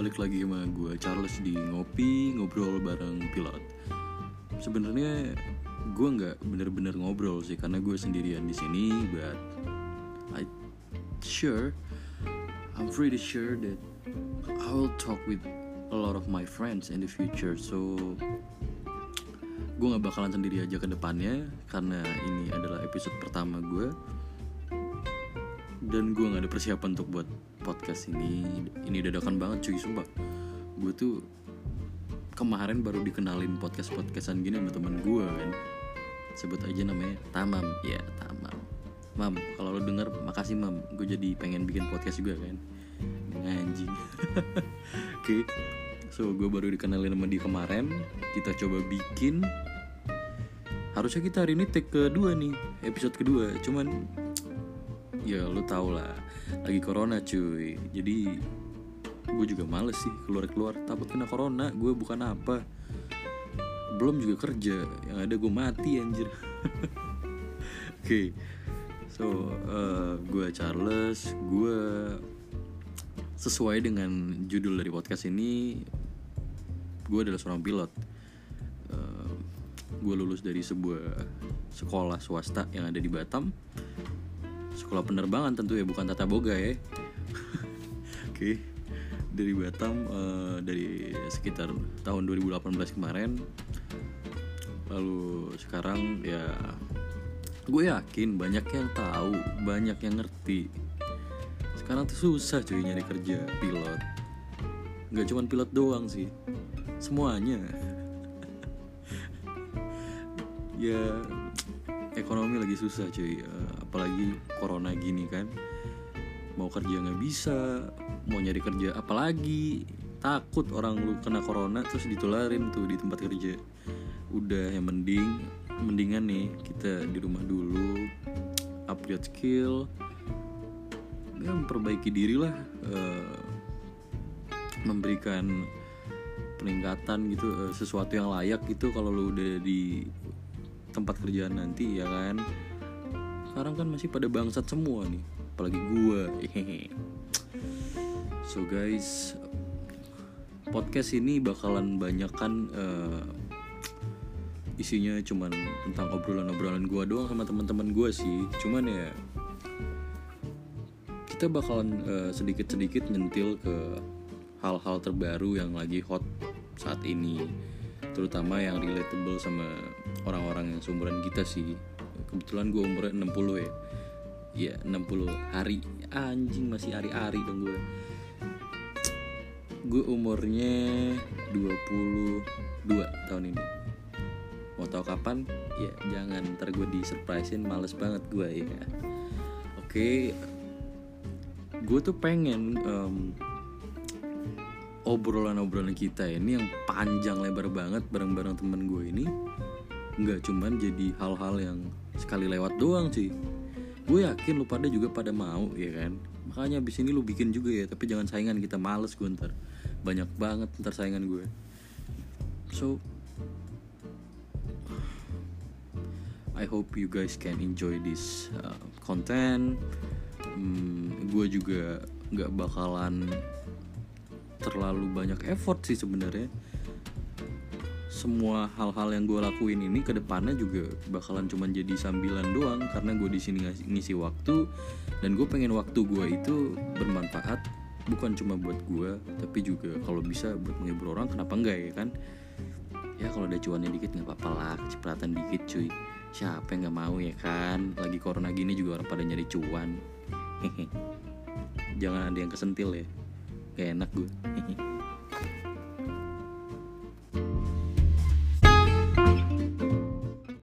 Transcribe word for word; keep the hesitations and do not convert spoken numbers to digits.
balik lagi sama gue Charles di Ngopi Ngobrol bareng Pilot. Sebenarnya gue nggak bener-bener ngobrol sih karena gue sendirian di sini, but I sure I'm pretty sure that I will talk with a lot of my friends in the future. So gue nggak bakalan sendiri aja ke depannya karena ini adalah episode pertama gue dan gue nggak ada persiapan untuk buat podcast ini. Ini dadakan banget cuy, sumpah. Gue tuh kemarin baru dikenalin podcast-podcastan gini sama temen gue kan. Sebut aja namanya Tamam. Ya Tamam. Mam, kalau lo denger makasih Mam. Gue jadi pengen bikin podcast juga kan. Anjing. Oke okay. So gue baru dikenalin sama dia kemarin. Kita coba bikin. Harusnya kita hari ini take kedua nih, episode kedua. Cuman ya lu tau lah, lagi corona cuy. Jadi gue juga males sih keluar-keluar, takut kena corona. Gue bukan apa, belum juga kerja, yang ada gue mati anjir. Oke okay. So uh, gue Charles. Gue sesuai dengan judul dari podcast ini, gue adalah seorang pilot. uh, Gue lulus dari sebuah sekolah swasta yang ada di Batam. Sekolah penerbangan tentu ya, bukan tata boga ya. Oke okay. Dari Batam, uh, dari sekitar tahun dua ribu delapan belas kemarin. Lalu sekarang ya gue yakin banyak yang tahu, banyak yang ngerti. Sekarang tuh susah cuy nyari kerja pilot. Gak cuma pilot doang sih, semuanya. Ya ekonomi lagi susah cuy, uh, apalagi corona gini kan. Mau kerja gak bisa, mau nyari kerja apalagi. Takut orang lu kena corona terus ditularin tuh di tempat kerja. Udah yang mending Mendingan nih kita di rumah dulu, upgrade skill, ya memperbaiki diri lah, uh, memberikan peningkatan gitu, uh, sesuatu yang layak gitu kalau lu udah di tempat kerjaan nanti ya kan. Sekarang kan masih pada bangsat semua nih, apalagi gua. So guys, podcast ini bakalan banyakan uh, isinya cuman tentang obrolan-obrolan gua doang sama teman-teman gua sih. Cuman ya kita bakalan uh, sedikit-sedikit nyentil ke hal-hal terbaru yang lagi hot saat ini, terutama yang relatable sama orang-orang yang seumuran kita sih. Kebetulan gue umurnya enam puluh ya. Iya, enam puluh hari. Anjing, masih ari-ari dong gue. Gue umurnya dua puluh dua tahun ini. Mau tahu kapan? Ya jangan, ntar gue di-surprisein, males banget gue ya. Oke. Gue tuh pengen um, obrolan-obrolan kita ini yang panjang lebar banget bareng-bareng temen gue ini nggak cuman jadi hal-hal yang sekali lewat doang sih. Gue yakin lu pada juga pada mau ya kan. Makanya abis ini lu bikin juga ya, tapi jangan saingan, kita males gue ntar. Banyak banget ntar saingan gue. So I hope you guys can enjoy this uh, content. hmm, Gue juga nggak bakalan terlalu banyak effort sih sebenarnya. Semua hal-hal yang gue lakuin ini ke depannya juga bakalan cuman jadi sambilan doang, karena gue di sini ngisi waktu dan gue pengen waktu gue itu bermanfaat, bukan cuma buat gue tapi juga kalau bisa buat menghibur orang, kenapa enggak ya kan. Ya kalau ada cuannya dikit nggak apa-apa lah, kecipratan dikit cuy. Siapa yang nggak mau ya kan, lagi corona gini juga orang pada nyari cuan. Jangan ada yang kesentil ya, gak enak gue.